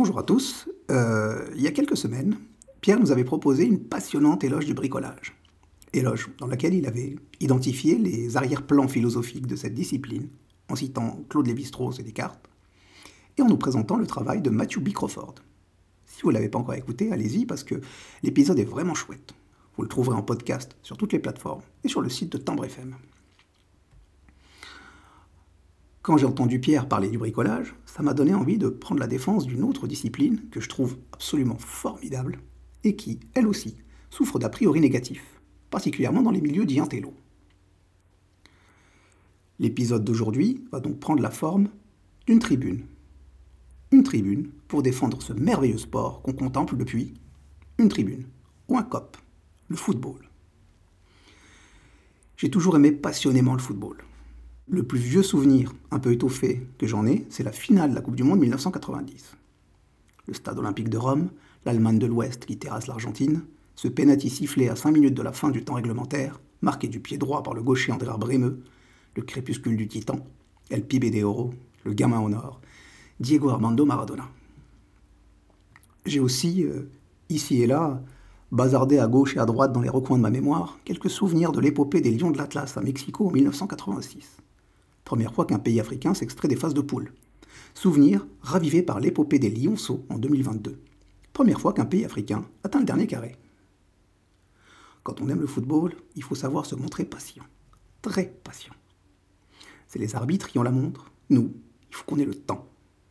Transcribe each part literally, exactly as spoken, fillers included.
Bonjour à tous. Euh, il y a quelques semaines, Pierre nous avait proposé une passionnante éloge du bricolage. Éloge dans laquelle il avait identifié les arrière-plans philosophiques de cette discipline, en citant Claude Lévi-Strauss et Descartes, et en nous présentant le travail de Matthew B. Crawford. Si vous ne l'avez pas encore écouté, allez-y parce que l'épisode est vraiment chouette. Vous le trouverez en podcast sur toutes les plateformes et sur le site de Timbre F M. Quand j'ai entendu Pierre parler du bricolage, ça m'a donné envie de prendre la défense d'une autre discipline que je trouve absolument formidable et qui, elle aussi, souffre d'a priori négatifs, particulièrement dans les milieux dits intello. L'épisode d'aujourd'hui va donc prendre la forme d'une tribune. Une tribune pour défendre ce merveilleux sport qu'on contemple depuis une tribune, ou un C O P, le football. J'ai toujours aimé passionnément le football. Le plus vieux souvenir, un peu étoffé, que j'en ai, c'est la finale de la Coupe du Monde mille neuf cent quatre-vingt-dix. Le stade olympique de Rome, l'Allemagne de l'Ouest qui terrasse l'Argentine, ce pénalty sifflé à cinq minutes de la fin du temps réglementaire, marqué du pied droit par le gaucher André Bremeux, le crépuscule du titan, El Pibe de Oro, le gamin au nord, Diego Armando Maradona. J'ai aussi, euh, ici et là, bazardé à gauche et à droite dans les recoins de ma mémoire, quelques souvenirs de l'épopée des Lions de l'Atlas à Mexico en mille neuf cent quatre-vingt-six. Première fois qu'un pays africain s'extrait des phases de poule. Souvenir ravivé par l'épopée des Lionceaux en deux mille vingt-deux. Première fois qu'un pays africain atteint le dernier carré. Quand on aime le football, il faut savoir se montrer patient. Très patient. C'est les arbitres qui ont la montre. Nous, il faut qu'on ait le temps.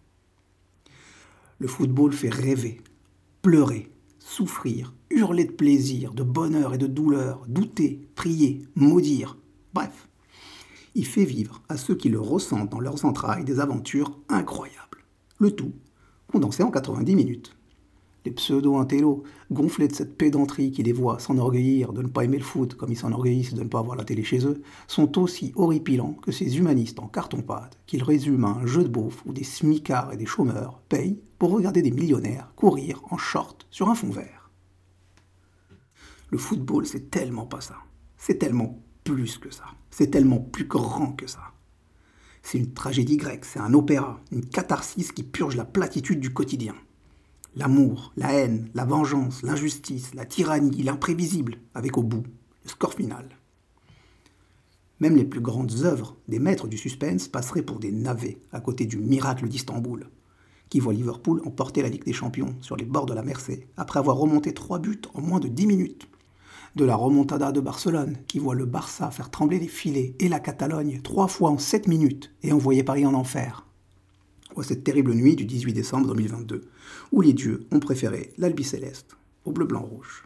Le football fait rêver, pleurer, souffrir, hurler de plaisir, de bonheur et de douleur, douter, prier, maudire, bref. Il fait vivre à ceux qui le ressentent dans leurs entrailles des aventures incroyables. Le tout condensé en quatre-vingt-dix minutes. Les pseudo-intellos, gonflés de cette pédanterie qui les voit s'enorgueillir de ne pas aimer le foot comme ils s'enorgueillissent de ne pas avoir la télé chez eux, sont aussi horripilants que ces humanistes en carton-pâte qu'ils résument à un jeu de beauf où des smicards et des chômeurs payent pour regarder des millionnaires courir en short sur un fond vert. Le football, c'est tellement pas ça. C'est tellement plus que ça. C'est tellement plus grand que ça. C'est une tragédie grecque, c'est un opéra, une catharsis qui purge la platitude du quotidien. L'amour, la haine, la vengeance, l'injustice, la tyrannie, l'imprévisible, avec au bout le score final. Même les plus grandes œuvres des maîtres du suspense passeraient pour des navets à côté du miracle d'Istanbul, qui voit Liverpool emporter la Ligue des Champions sur les bords de la Mersey après avoir remonté trois buts en moins de dix minutes. De la remontada de Barcelone, qui voit le Barça faire trembler les filets et la Catalogne trois fois en sept minutes et envoyer Paris en enfer. Ou à cette terrible nuit du dix-huit décembre deux mille vingt-deux, où les dieux ont préféré l'albicéleste au bleu-blanc-rouge.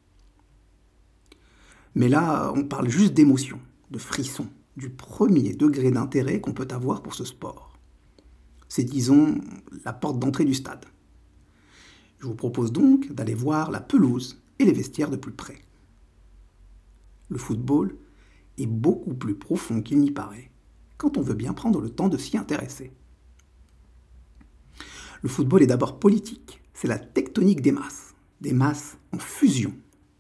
Mais là, on parle juste d'émotion, de frisson, du premier degré d'intérêt qu'on peut avoir pour ce sport. C'est, disons, la porte d'entrée du stade. Je vous propose donc d'aller voir la pelouse et les vestiaires de plus près. Le football est beaucoup plus profond qu'il n'y paraît, quand on veut bien prendre le temps de s'y intéresser. Le football est d'abord politique, c'est la tectonique des masses, des masses en fusion.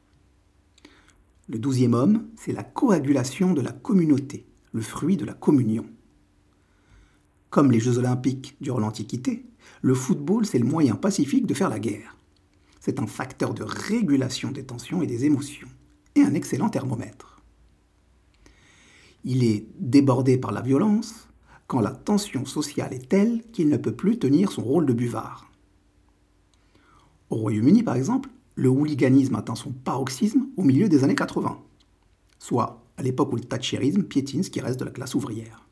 Le douzième homme, c'est la coagulation de la communauté, le fruit de la communion. Comme les Jeux Olympiques durant l'Antiquité, le football, c'est le moyen pacifique de faire la guerre. C'est un facteur de régulation des tensions et des émotions, et un excellent thermomètre. Il est débordé par la violence quand la tension sociale est telle qu'il ne peut plus tenir son rôle de buvard. Au Royaume-Uni, par exemple, le hooliganisme atteint son paroxysme au milieu des années quatre-vingts, soit à l'époque où le thatchérisme piétine ce qui reste de la classe ouvrière.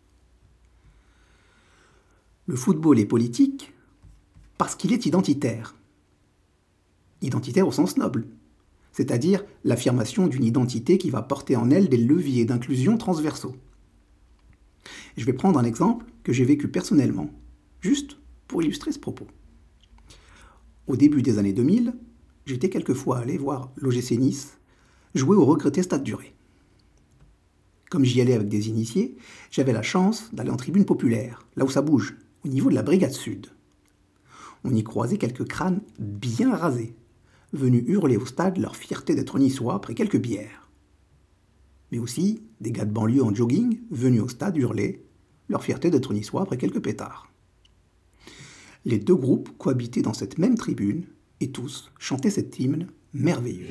Le football est politique parce qu'il est identitaire. Identitaire au sens noble, c'est-à-dire l'affirmation d'une identité qui va porter en elle des leviers d'inclusion transversaux. Je vais prendre un exemple que j'ai vécu personnellement, juste pour illustrer ce propos. Au début des années deux mille, j'étais quelquefois allé voir l'O G C Nice jouer au regretté Stade du Ré. Comme j'y allais avec des initiés, j'avais la chance d'aller en tribune populaire, là où ça bouge, au niveau de la Brigade Sud. On y croisait quelques crânes bien rasés, venus hurler au stade leur fierté d'être niçois après quelques bières. Mais aussi des gars de banlieue en jogging venus au stade hurler leur fierté d'être niçois après quelques pétards. Les deux groupes cohabitaient dans cette même tribune et tous chantaient cet hymne merveilleux.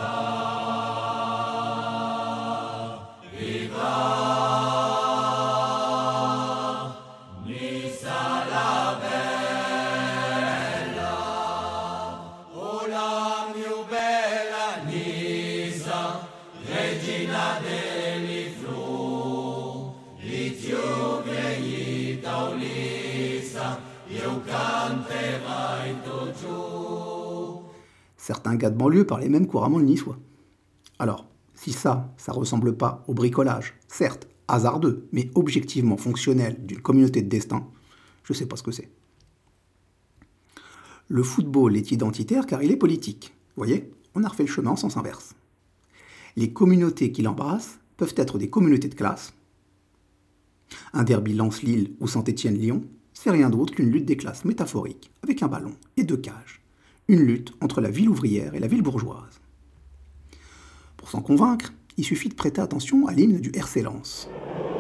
Certains gars de banlieue parlaient même couramment le niçois. Alors, si ça, ça ressemble pas au bricolage, certes hasardeux, mais objectivement fonctionnel d'une communauté de destin, je sais pas ce que c'est. Le football est identitaire car il est politique. Vous voyez, on a refait le chemin en sens inverse. Les communautés qui l'embrassent peuvent être des communautés de classe. Un derby Lens-Lille ou Saint-Étienne-Lyon, c'est rien d'autre qu'une lutte des classes métaphorique, avec un ballon et deux cages. Une lutte entre la ville ouvrière et la ville bourgeoise. Pour s'en convaincre, il suffit de prêter attention à l'hymne du R C Lens.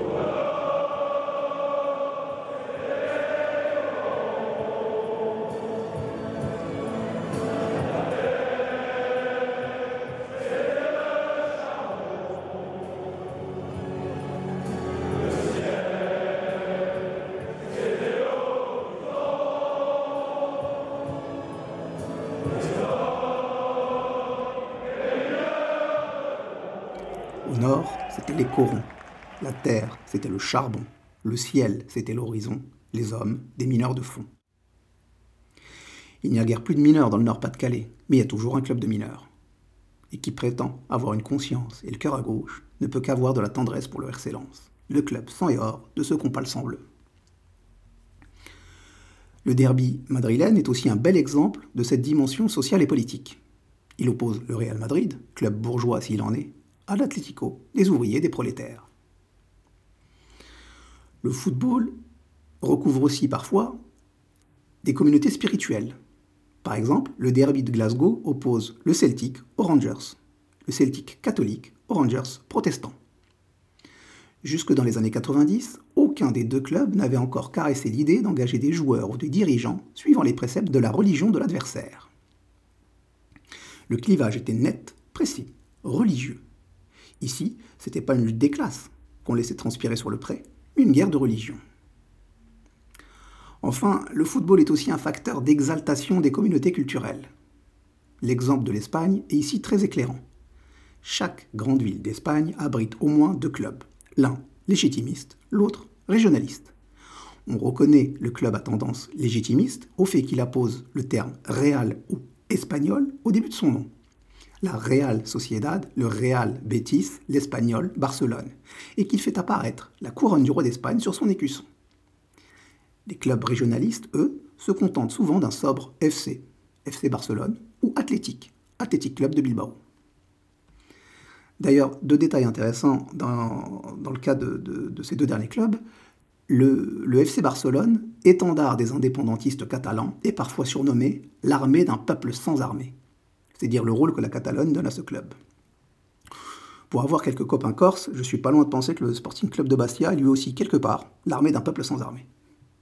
Au nord, c'était les corons. La terre, c'était le charbon. Le ciel, c'était l'horizon. Les hommes, des mineurs de fond. Il n'y a guère plus de mineurs dans le Nord-Pas-de-Calais, mais il y a toujours un club de mineurs. Et qui prétend avoir une conscience et le cœur à gauche ne peut qu'avoir de la tendresse pour le R C Lens, le club sang et or de ceux qui n'ont pas le sang bleu. Le derby madrilène est aussi un bel exemple de cette dimension sociale et politique. Il oppose le Real Madrid, club bourgeois s'il en est, à l'Atlético, des ouvriers, des prolétaires. Le football recouvre aussi parfois des communautés spirituelles. Par exemple, le derby de Glasgow oppose le Celtic aux Rangers, le Celtic catholique aux Rangers protestants. Jusque dans les années quatre-vingt-dix, aucun des deux clubs n'avait encore caressé l'idée d'engager des joueurs ou des dirigeants suivant les préceptes de la religion de l'adversaire. Le clivage était net, précis, religieux. Ici, ce n'était pas une lutte des classes qu'on laissait transpirer sur le pré, mais une guerre de religion. Enfin, le football est aussi un facteur d'exaltation des communautés culturelles. L'exemple de l'Espagne est ici très éclairant. Chaque grande ville d'Espagne abrite au moins deux clubs, l'un légitimiste, l'autre régionaliste. On reconnaît le club à tendance légitimiste au fait qu'il appose le terme Real ou espagnol au début de son nom. La Real Sociedad, le Real Betis, l'Espagnol Barcelone, et qu'il fait apparaître la couronne du roi d'Espagne sur son écusson. Les clubs régionalistes, eux, se contentent souvent d'un sobre F C, F C Barcelone, ou Athletic, Athletic Club de Bilbao. D'ailleurs, deux détails intéressants dans, dans le cas de, de, de ces deux derniers clubs. Le, le F C Barcelone, étendard des indépendantistes catalans, est parfois surnommé l'armée d'un peuple sans armée. C'est dire le rôle que la Catalogne donne à ce club. Pour avoir quelques copains corses, je suis pas loin de penser que le Sporting Club de Bastia est lui aussi quelque part l'armée d'un peuple sans armée.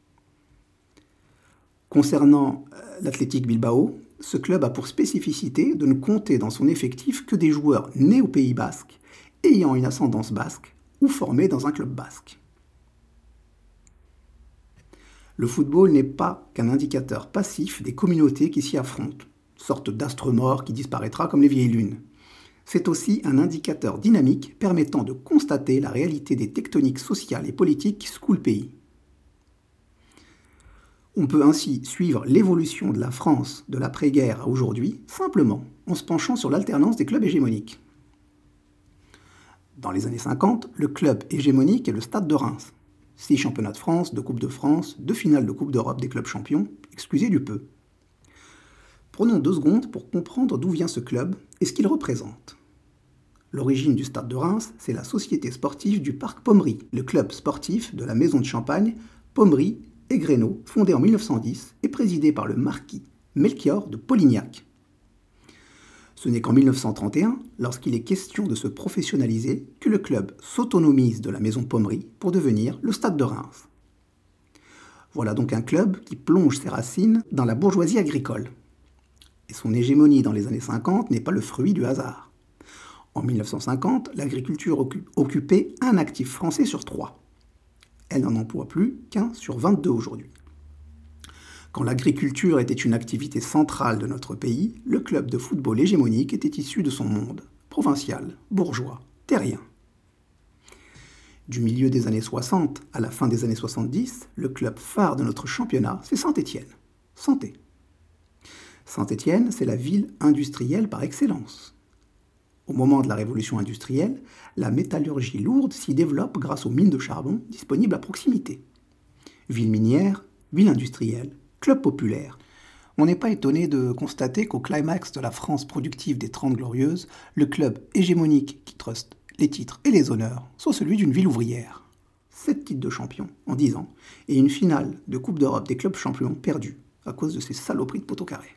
Concernant l'Athletic Bilbao, ce club a pour spécificité de ne compter dans son effectif que des joueurs nés au Pays Basque, ayant une ascendance basque ou formés dans un club basque. Le football n'est pas qu'un indicateur passif des communautés qui s'y affrontent, sorte d'astre mort qui disparaîtra comme les vieilles lunes. C'est aussi un indicateur dynamique permettant de constater la réalité des tectoniques sociales et politiques qui secouent le pays. On peut ainsi suivre l'évolution de la France de l'après-guerre à aujourd'hui, simplement en se penchant sur l'alternance des clubs hégémoniques. Dans les années cinquante, le club hégémonique est le Stade de Reims. Six championnats de France, deux Coupes de France, deux finales de Coupe d'Europe des clubs champions, excusez du peu. Prenons deux secondes pour comprendre d'où vient ce club et ce qu'il représente. L'origine du Stade de Reims, c'est la société sportive du Parc Pommery, le club sportif de la maison de Champagne, Pommery et Grénaud, fondé en mille neuf cent dix et présidé par le marquis Melchior de Polignac. Ce n'est qu'en mille neuf cent trente et un, lorsqu'il est question de se professionnaliser, que le club s'autonomise de la maison Pommery pour devenir le Stade de Reims. Voilà donc un club qui plonge ses racines dans la bourgeoisie agricole. Et son hégémonie dans les années cinquante n'est pas le fruit du hasard. En mille neuf cent cinquante, l'agriculture occupait un actif français sur trois. Elle n'en emploie plus qu'un sur vingt-deux aujourd'hui. Quand l'agriculture était une activité centrale de notre pays, le club de football hégémonique était issu de son monde, provincial, bourgeois, terrien. Du milieu des années soixante à la fin des années soixante-dix, le club phare de notre championnat, c'est Saint-Étienne. Santé. Saint-Étienne, c'est la ville industrielle par excellence. Au moment de la révolution industrielle, la métallurgie lourde s'y développe grâce aux mines de charbon disponibles à proximité. Ville minière, ville industrielle, club populaire. On n'est pas étonné de constater qu'au climax de la France productive des Trente Glorieuses, le club hégémonique qui truste les titres et les honneurs soit celui d'une ville ouvrière. Sept titres de champion en dix ans et une finale de Coupe d'Europe des clubs champions perdue à cause de ces saloperies de poteau carré.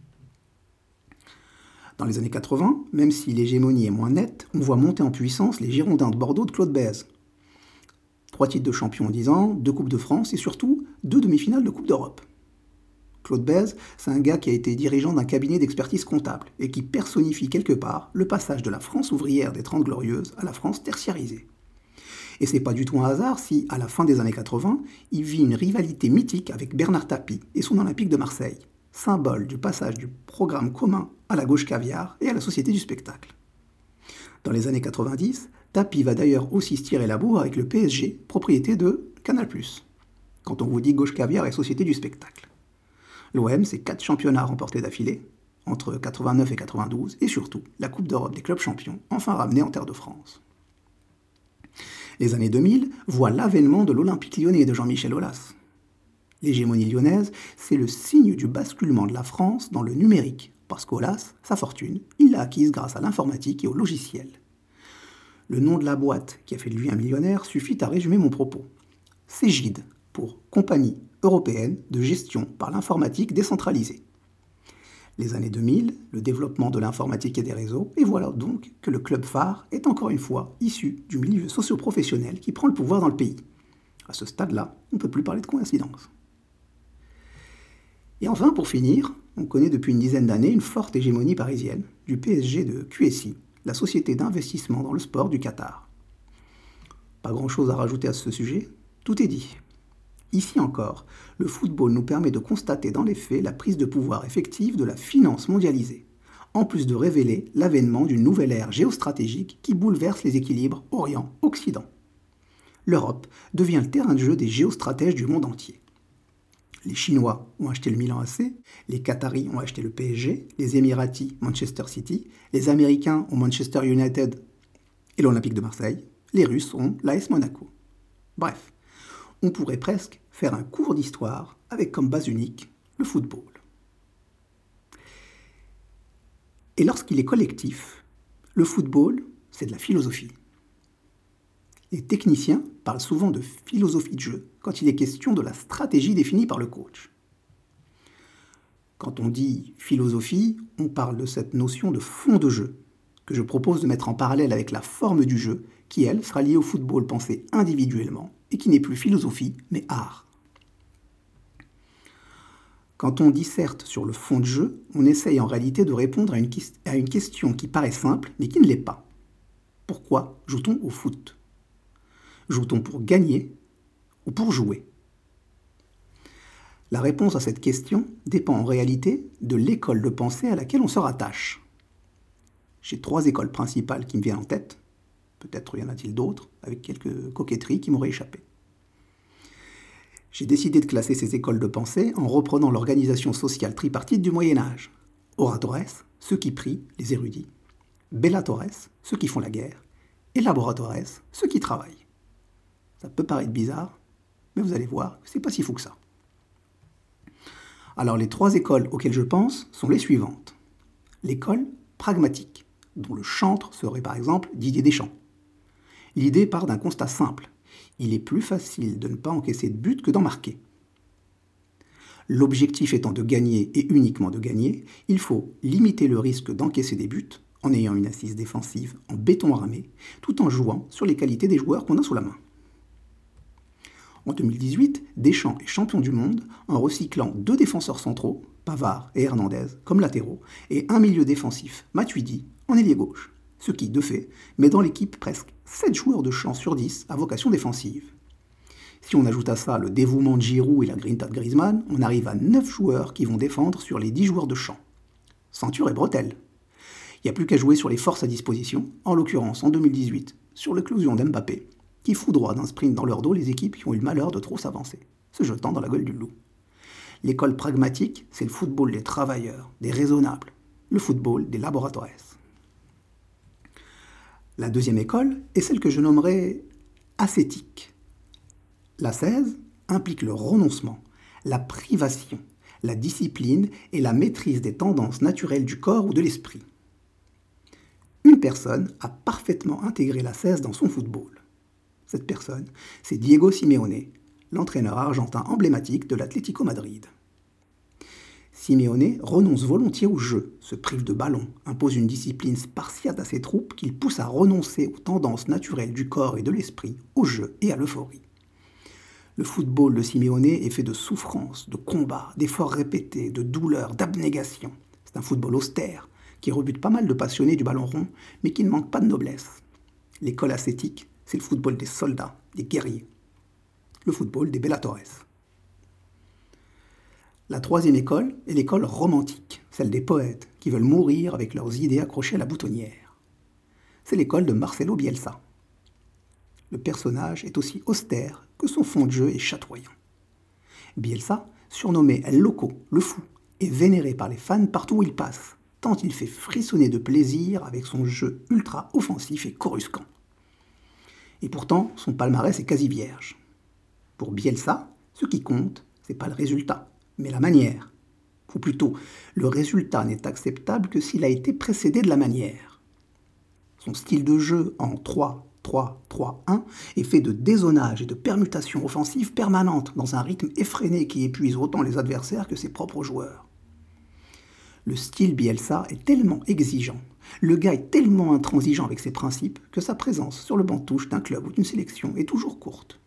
Dans les années quatre-vingts, même si l'hégémonie est moins nette, on voit monter en puissance les Girondins de Bordeaux de Claude Bèze. Trois titres de champion en dix ans, deux Coupes de France et surtout deux demi-finales de Coupe d'Europe. Claude Bèze, c'est un gars qui a été dirigeant d'un cabinet d'expertise comptable et qui personnifie quelque part le passage de la France ouvrière des Trente Glorieuses à la France tertiarisée. Et c'est pas du tout un hasard si, à la fin des années quatre-vingts, il vit une rivalité mythique avec Bernard Tapie et son Olympique de Marseille, symbole du passage du programme commun à la gauche caviar et à la société du spectacle. Dans les années quatre-vingt-dix, Tapie va d'ailleurs aussi se tirer la bourre avec le P S G, propriété de Canal plus, quand on vous dit gauche caviar et société du spectacle. L'O M, c'est quatre championnats remportés d'affilée, entre quatre-vingt-neuf et quatre-vingt-douze, et surtout la Coupe d'Europe des clubs champions, enfin ramenée en terre de France. Les années deux mille voient l'avènement de l'Olympique lyonnais de Jean-Michel Aulas. L'hégémonie lyonnaise, c'est le signe du basculement de la France dans le numérique, parce qu'Aulas, sa fortune, il l'a acquise grâce à l'informatique et au logiciel. Le nom de la boîte qui a fait de lui un millionnaire suffit à résumer mon propos. C'est G I D, pour Compagnie européenne de gestion par l'informatique décentralisée. Les années deux mille, le développement de l'informatique et des réseaux, et voilà donc que le club phare est encore une fois issu du milieu socio-professionnel qui prend le pouvoir dans le pays. À ce stade-là, on ne peut plus parler de coïncidence. Et enfin, pour finir, on connaît depuis une dizaine d'années une forte hégémonie parisienne du P S G de Q S I, la société d'investissement dans le sport du Qatar. Pas grand-chose à rajouter à ce sujet, tout est dit. Ici encore, le football nous permet de constater dans les faits la prise de pouvoir effective de la finance mondialisée, en plus de révéler l'avènement d'une nouvelle ère géostratégique qui bouleverse les équilibres Orient-Occident. L'Europe devient le terrain de jeu des géostratèges du monde entier. Les Chinois ont acheté le Milan A C, les Qataris ont acheté le P S G, les Émiratis Manchester City, les Américains ont Manchester United et l'Olympique de Marseille, les Russes ont l'A S Monaco. Bref, on pourrait presque faire un cours d'histoire avec comme base unique le football. Et lorsqu'il est collectif, le football, c'est de la philosophie. Les techniciens parlent souvent de philosophie de jeu quand il est question de la stratégie définie par le coach. Quand on dit philosophie, on parle de cette notion de fond de jeu, que je propose de mettre en parallèle avec la forme du jeu, qui, elle, sera liée au football pensé individuellement, et qui n'est plus philosophie, mais art. Quand on disserte sur le fond de jeu, on essaye en réalité de répondre à une, à une question qui paraît simple, mais qui ne l'est pas. Pourquoi joue-t-on au foot ? Joue-t-on pour gagner ou pour jouer ? La réponse à cette question dépend en réalité de l'école de pensée à laquelle on se rattache. J'ai trois écoles principales qui me viennent en tête. Peut-être y en a-t-il d'autres, avec quelques coquetteries qui m'auraient échappé. J'ai décidé de classer ces écoles de pensée en reprenant l'organisation sociale tripartite du Moyen-Âge. Oratores, ceux qui prient, les érudits. Bellatores, ceux qui font la guerre. Et laboratores, ceux qui travaillent. Ça peut paraître bizarre, mais vous allez voir, c'est pas si fou que ça. Alors les trois écoles auxquelles je pense sont les suivantes. L'école pragmatique, dont le chantre serait par exemple Didier Deschamps. L'idée part d'un constat simple. Il est plus facile de ne pas encaisser de but que d'en marquer. L'objectif étant de gagner et uniquement de gagner, il faut limiter le risque d'encaisser des buts en ayant une assise défensive en béton armé, tout en jouant sur les qualités des joueurs qu'on a sous la main. En deux mille dix-huit, Deschamps est champion du monde en recyclant deux défenseurs centraux, Pavard et Hernandez, comme latéraux, et un milieu défensif, Matuidi, en ailier gauche. Ce qui, de fait, met dans l'équipe presque sept joueurs de champ sur dix à vocation défensive. Si on ajoute à ça le dévouement de Giroud et la grinta de Griezmann, on arrive à neuf joueurs qui vont défendre sur les dix joueurs de champ. Ceinture et bretelles. Il n'y a plus qu'à jouer sur les forces à disposition, en l'occurrence en deux mille dix-huit, sur l'éclosion d'Mbappé, qui foudroie d'un sprint dans leur dos les équipes qui ont eu le malheur de trop s'avancer, se jetant dans la gueule du loup. L'école pragmatique, c'est le football des travailleurs, des raisonnables, le football des laboratoires. La deuxième école est celle que je nommerais ascétique. L'ascèse implique le renoncement, la privation, la discipline et la maîtrise des tendances naturelles du corps ou de l'esprit. Une personne a parfaitement intégré l'ascèse dans son football. Cette personne, c'est Diego Simeone, l'entraîneur argentin emblématique de l'Atlético Madrid. Simeone renonce volontiers au jeu, se prive de ballon, impose une discipline spartiate à ses troupes qu'il pousse à renoncer aux tendances naturelles du corps et de l'esprit, au jeu et à l'euphorie. Le football de Simeone est fait de souffrance, de combats, d'efforts répétés, de douleurs, d'abnégation. C'est un football austère, qui rebute pas mal de passionnés du ballon rond, mais qui ne manque pas de noblesse. L'école ascétique, c'est le football des soldats, des guerriers. Le football des bellatores. La troisième école est l'école romantique, celle des poètes qui veulent mourir avec leurs idées accrochées à la boutonnière. C'est l'école de Marcelo Bielsa. Le personnage est aussi austère que son fond de jeu est chatoyant. Bielsa, surnommé El Loco, le fou, est vénéré par les fans partout où il passe, tant il fait frissonner de plaisir avec son jeu ultra offensif et coruscant. Et pourtant, son palmarès est quasi vierge. Pour Bielsa, ce qui compte, c'est pas le résultat, mais la manière. Ou plutôt, le résultat n'est acceptable que s'il a été précédé de la manière. Son style de jeu en trois trois trois un est fait de dézonage et de permutations offensives permanentes dans un rythme effréné qui épuise autant les adversaires que ses propres joueurs. Le style Bielsa est tellement exigeant, le gars est tellement intransigeant avec ses principes que sa présence sur le banc de touche d'un club ou d'une sélection est toujours courte.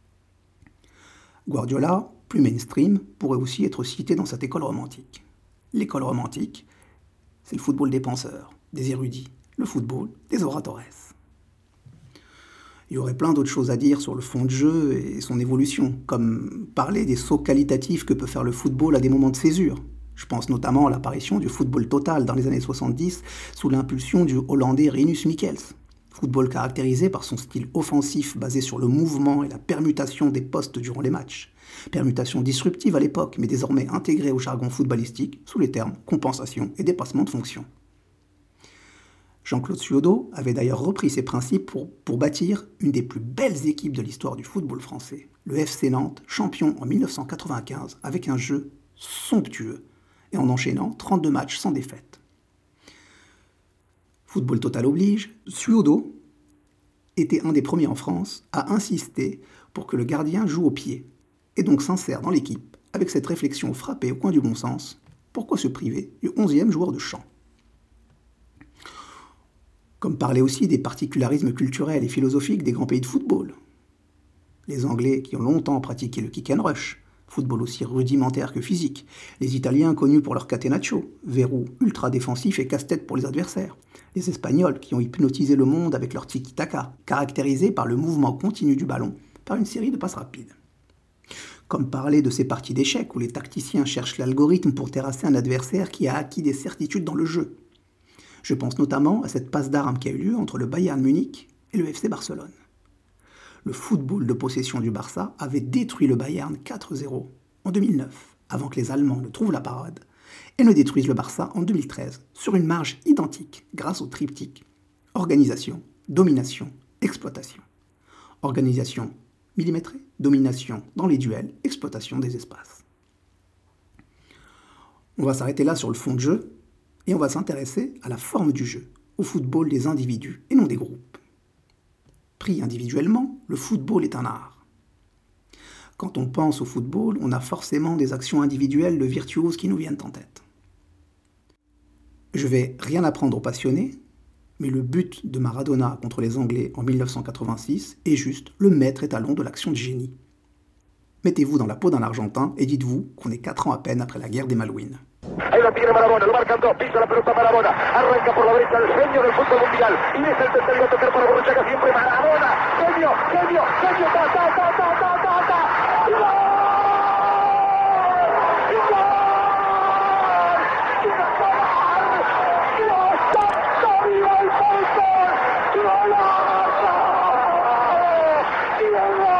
Guardiola, plus mainstream, pourrait aussi être cité dans cette école romantique. L'école romantique, c'est le football des penseurs, des érudits, le football des oratores. Il y aurait plein d'autres choses à dire sur le fond de jeu et son évolution, comme parler des sauts qualitatifs que peut faire le football à des moments de césure. Je pense notamment à l'apparition du football total dans les années soixante-dix sous l'impulsion du Hollandais Rinus Michels. Football caractérisé par son style offensif basé sur le mouvement et la permutation des postes durant les matchs. Permutation disruptive à l'époque, mais désormais intégrée au jargon footballistique sous les termes compensation et dépassement de fonction. Jean-Claude Suaudeau avait d'ailleurs repris ces principes pour, pour bâtir une des plus belles équipes de l'histoire du football français, le F C Nantes, champion en mille neuf cent quatre-vingt-quinze, avec un jeu somptueux et en enchaînant trente-deux matchs sans défaite. Football total oblige, Suaudeau était un des premiers en France à insister pour que le gardien joue au pied, et donc s'insère dans l'équipe avec cette réflexion frappée au coin du bon sens, pourquoi se priver du onzième joueur de champ ? Comme parler aussi des particularismes culturels et philosophiques des grands pays de football. Les Anglais qui ont longtemps pratiqué le kick and rush, football aussi rudimentaire que physique. Les Italiens connus pour leur catenaccio, verrou ultra défensif et casse-tête pour les adversaires. Les Espagnols qui ont hypnotisé le monde avec leur tiki-taka, caractérisé par le mouvement continu du ballon, par une série de passes rapides. Comme parler de ces parties d'échecs où les tacticiens cherchent l'algorithme pour terrasser un adversaire qui a acquis des certitudes dans le jeu. Je pense notamment à cette passe d'armes qui a eu lieu entre le Bayern Munich et le F C Barcelone. Le football de possession du Barça avait détruit le Bayern quatre zéro en deux mille neuf, avant que les Allemands ne trouvent la parade, et ne détruisent le Barça en deux mille treize, sur une marge identique grâce au triptyque organisation, domination, exploitation. Organisation millimétrée, domination dans les duels, exploitation des espaces. On va s'arrêter là sur le fond de jeu, et on va s'intéresser à la forme du jeu, au football des individus et non des groupes. Pris individuellement, le football est un art. Quand on pense au football, on a forcément des actions individuelles de virtuoses qui nous viennent en tête. Je vais rien apprendre aux passionnés, mais le but de Maradona contre les Anglais en mille neuf cent quatre-vingt-six est juste le maître étalon de l'action de génie. Mettez-vous dans la peau d'un Argentin et dites-vous qu'on est quatre ans à peine après la guerre des Malouines. Ahí la tiene Maradona, lo marcan dos, pisa la pelota Maradona, arranca por la derecha el genio del fútbol mundial, y es el tercero a tocar para Borruchaga, siempre Maradona, genio, genio, genio, ta, ta, ta, ta, ta, ta, ta, y gol, y gol, y gol, Dios santo, viva el fútbol, golazo, y el gol,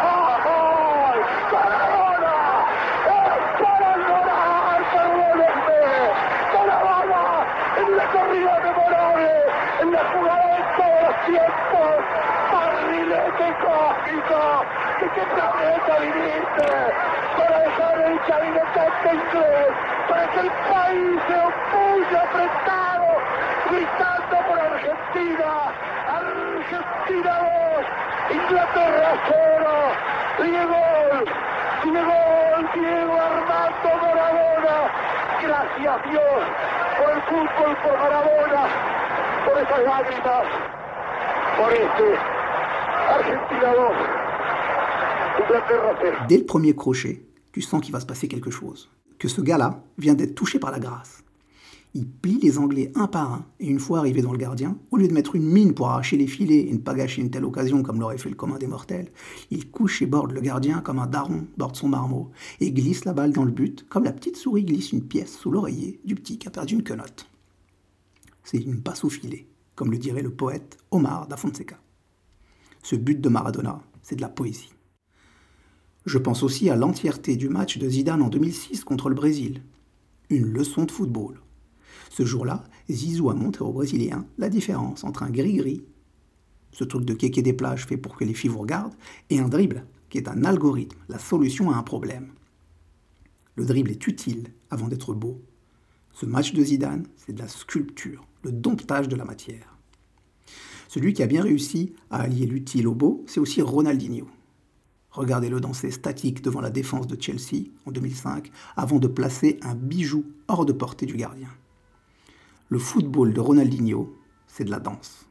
Maradona, es para llorar, perdónenme, Maradona, en la corrida memorable, en la jugada de todos los tiempos, barrilete cósmico, ¿de qué planeta viniste? Para dejar el chavinetante inglés, para que el país se opulle apretado, gritando por Argentina, Argentina dos, Inglaterra cero, Diego, Diego, Diego Armando Maradona, gracias Dios por el fútbol, por Maradona, por esas lágrimas, por este Argentina dos, Inglaterra cero. Dès le premier crochet, tu sens qu'il va se passer quelque chose. Que ce gars-là vient d'être touché par la grâce. Il plie les Anglais un par un, et une fois arrivé dans le gardien, au lieu de mettre une mine pour arracher les filets et ne pas gâcher une telle occasion comme l'aurait fait le commun des mortels, il couche et borde le gardien comme un daron borde son marmot, et glisse la balle dans le but, comme la petite souris glisse une pièce sous l'oreiller du petit qui a perdu une quenotte. C'est une passe au filet, comme le dirait le poète Omar da Fonseca. Ce but de Maradona, c'est de la poésie. Je pense aussi à l'entièreté du match de Zidane en deux mille six contre le Brésil. Une leçon de football. Ce jour-là, Zizou a montré aux Brésiliens la différence entre un gris-gris, ce truc de kéké des plages fait pour que les filles vous regardent, et un dribble, qui est un algorithme, la solution à un problème. Le dribble est utile avant d'être beau. Ce match de Zidane, c'est de la sculpture, le domptage de la matière. Celui qui a bien réussi à allier l'utile au beau, c'est aussi Ronaldinho. Regardez-le danser statique devant la défense de Chelsea en deux mille cinq, avant de placer un bijou hors de portée du gardien. Le football de Ronaldinho, c'est de la danse.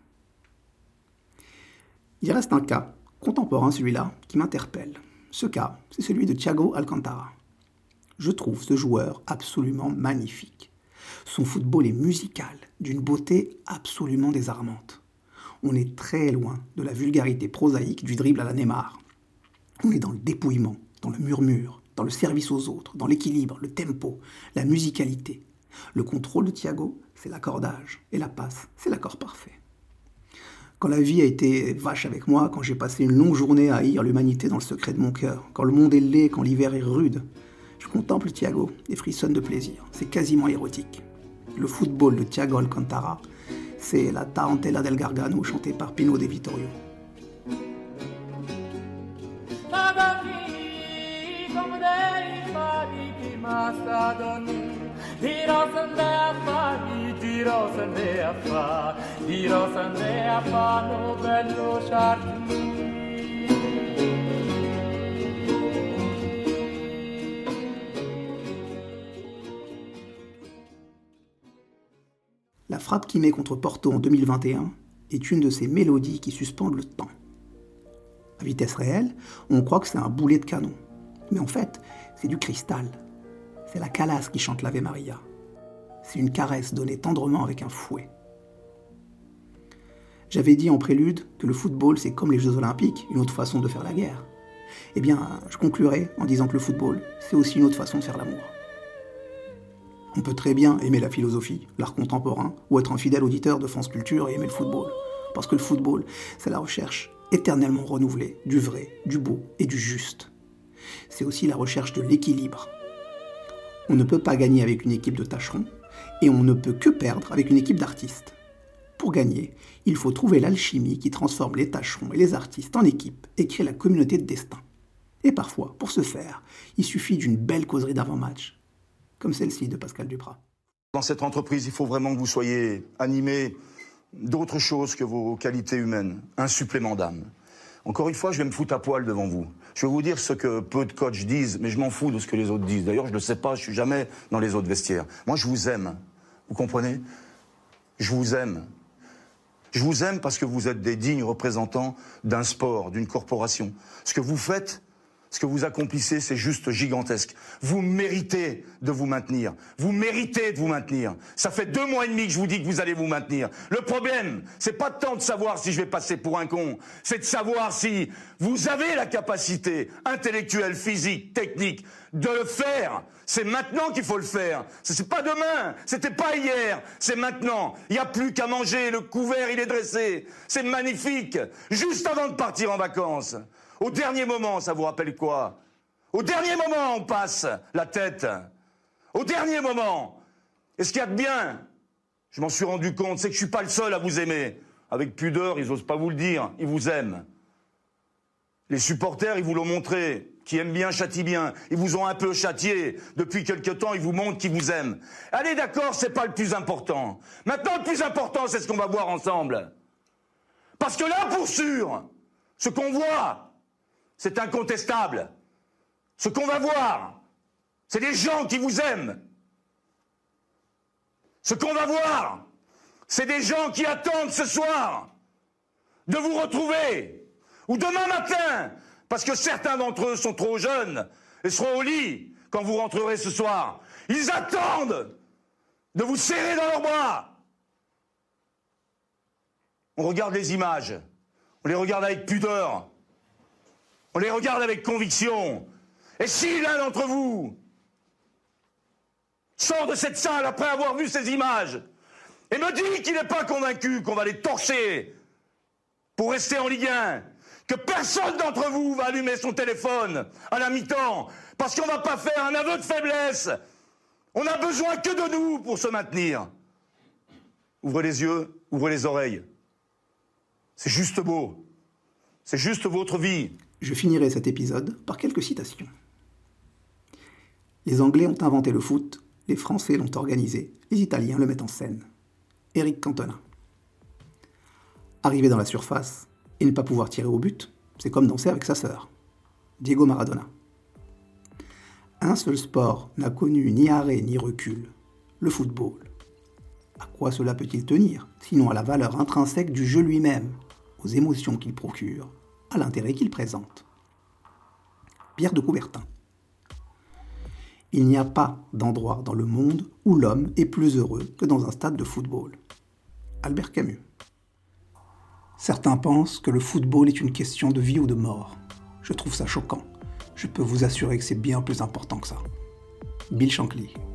Il reste un cas, contemporain celui-là, qui m'interpelle. Ce cas, c'est celui de Thiago Alcantara. Je trouve ce joueur absolument magnifique. Son football est musical, d'une beauté absolument désarmante. On est très loin de la vulgarité prosaïque du dribble à la Neymar. On est dans le dépouillement, dans le murmure, dans le service aux autres, dans l'équilibre, le tempo, la musicalité. Le contrôle de Thiago, c'est l'accordage, et la passe, c'est l'accord parfait. Quand la vie a été vache avec moi, quand j'ai passé une longue journée à haïr l'humanité dans le secret de mon cœur, quand le monde est laid, quand l'hiver est rude, je contemple Thiago et frissonne de plaisir. C'est quasiment érotique. Le football de Thiago Alcantara, c'est la Tarantella del Gargano chantée par Pino De Vittorio. Dirò sande a fare, dirò sande a fare, dirò sande a fare, no bello Charlie. La frappe qu'il met contre Porto en deux mille vingt et un est une de ces mélodies qui suspendent le temps. À vitesse réelle, on croit que c'est un boulet de canon. Mais en fait, c'est du cristal. C'est la Calas qui chante l'Ave Maria. C'est une caresse donnée tendrement avec un fouet. J'avais dit en prélude que le football, c'est comme les Jeux Olympiques, une autre façon de faire la guerre. Eh bien, je conclurai en disant que le football, c'est aussi une autre façon de faire l'amour. On peut très bien aimer la philosophie, l'art contemporain, ou être un fidèle auditeur de France Culture et aimer le football. Parce que le football, c'est la recherche éternellement renouvelée du vrai, du beau et du juste. C'est aussi la recherche de l'équilibre. On ne peut pas gagner avec une équipe de tâcherons, et on ne peut que perdre avec une équipe d'artistes. Pour gagner, il faut trouver l'alchimie qui transforme les tâcherons et les artistes en équipe et crée la communauté de destin. Et parfois, pour ce faire, il suffit d'une belle causerie d'avant-match, comme celle-ci de Pascal Duprat. Dans cette entreprise, il faut vraiment que vous soyez animés d'autre chose que vos qualités humaines, un supplément d'âme. Encore une fois, je vais me foutre à poil devant vous. Je vais vous dire ce que peu de coachs disent, mais je m'en fous de ce que les autres disent. D'ailleurs, je ne le sais pas, je ne suis jamais dans les autres vestiaires. Moi, je vous aime. Vous comprenez? Je vous aime. Je vous aime parce que vous êtes des dignes représentants d'un sport, d'une corporation. Ce que vous faites, Ce que vous accomplissez, c'est juste gigantesque. Vous méritez de vous maintenir. Vous méritez de vous maintenir. Ça fait deux mois et demi que je vous dis que vous allez vous maintenir. Le problème, c'est pas tant de savoir si je vais passer pour un con, c'est de savoir si vous avez la capacité intellectuelle, physique, technique de le faire. C'est maintenant qu'il faut le faire. C'est pas demain, c'était pas hier, c'est maintenant. Il n'y a plus qu'à manger, le couvert il est dressé. C'est magnifique. Juste avant de partir en vacances. Au dernier moment, ça vous rappelle quoi? Au dernier moment, on passe la tête. Au dernier moment. Et ce qu'il y a de bien, je m'en suis rendu compte, c'est que je suis pas le seul à vous aimer. Avec pudeur, ils osent pas vous le dire, ils vous aiment. Les supporters, ils vous l'ont montré. Qui aiment bien, châtient bien. Ils vous ont un peu châtié. Depuis quelque temps, ils vous montrent qu'ils vous aiment. Allez, d'accord, c'est pas le plus important. Maintenant, le plus important, c'est ce qu'on va voir ensemble. Parce que là, pour sûr, ce qu'on voit, c'est incontestable. Ce qu'on va voir, c'est des gens qui vous aiment. Ce qu'on va voir, c'est des gens qui attendent ce soir de vous retrouver. Ou demain matin, parce que certains d'entre eux sont trop jeunes et seront au lit quand vous rentrerez ce soir. Ils attendent de vous serrer dans leurs bras. On regarde les images, on les regarde avec pudeur. On les regarde avec conviction. Et si l'un d'entre vous sort de cette salle après avoir vu ces images et me dit qu'il n'est pas convaincu qu'on va les torcher pour rester en Ligue un, que personne d'entre vous va allumer son téléphone à la mi-temps parce qu'on ne va pas faire un aveu de faiblesse. On n'a besoin que de nous pour se maintenir. Ouvrez les yeux, ouvrez les oreilles. C'est juste beau. C'est juste votre vie. Je finirai cet épisode par quelques citations. Les Anglais ont inventé le foot, les Français l'ont organisé, les Italiens le mettent en scène. Éric Cantona. Arriver dans la surface et ne pas pouvoir tirer au but, c'est comme danser avec sa sœur. Diego Maradona. Un seul sport n'a connu ni arrêt ni recul, le football. À quoi cela peut-il tenir, sinon à la valeur intrinsèque du jeu lui-même, aux émotions qu'il procure, à l'intérêt qu'il présente. Pierre de Coubertin. Il n'y a pas d'endroit dans le monde où l'homme est plus heureux que dans un stade de football. Albert Camus. Certains pensent que le football est une question de vie ou de mort. Je trouve ça choquant. Je peux vous assurer que c'est bien plus important que ça. Bill Shankly.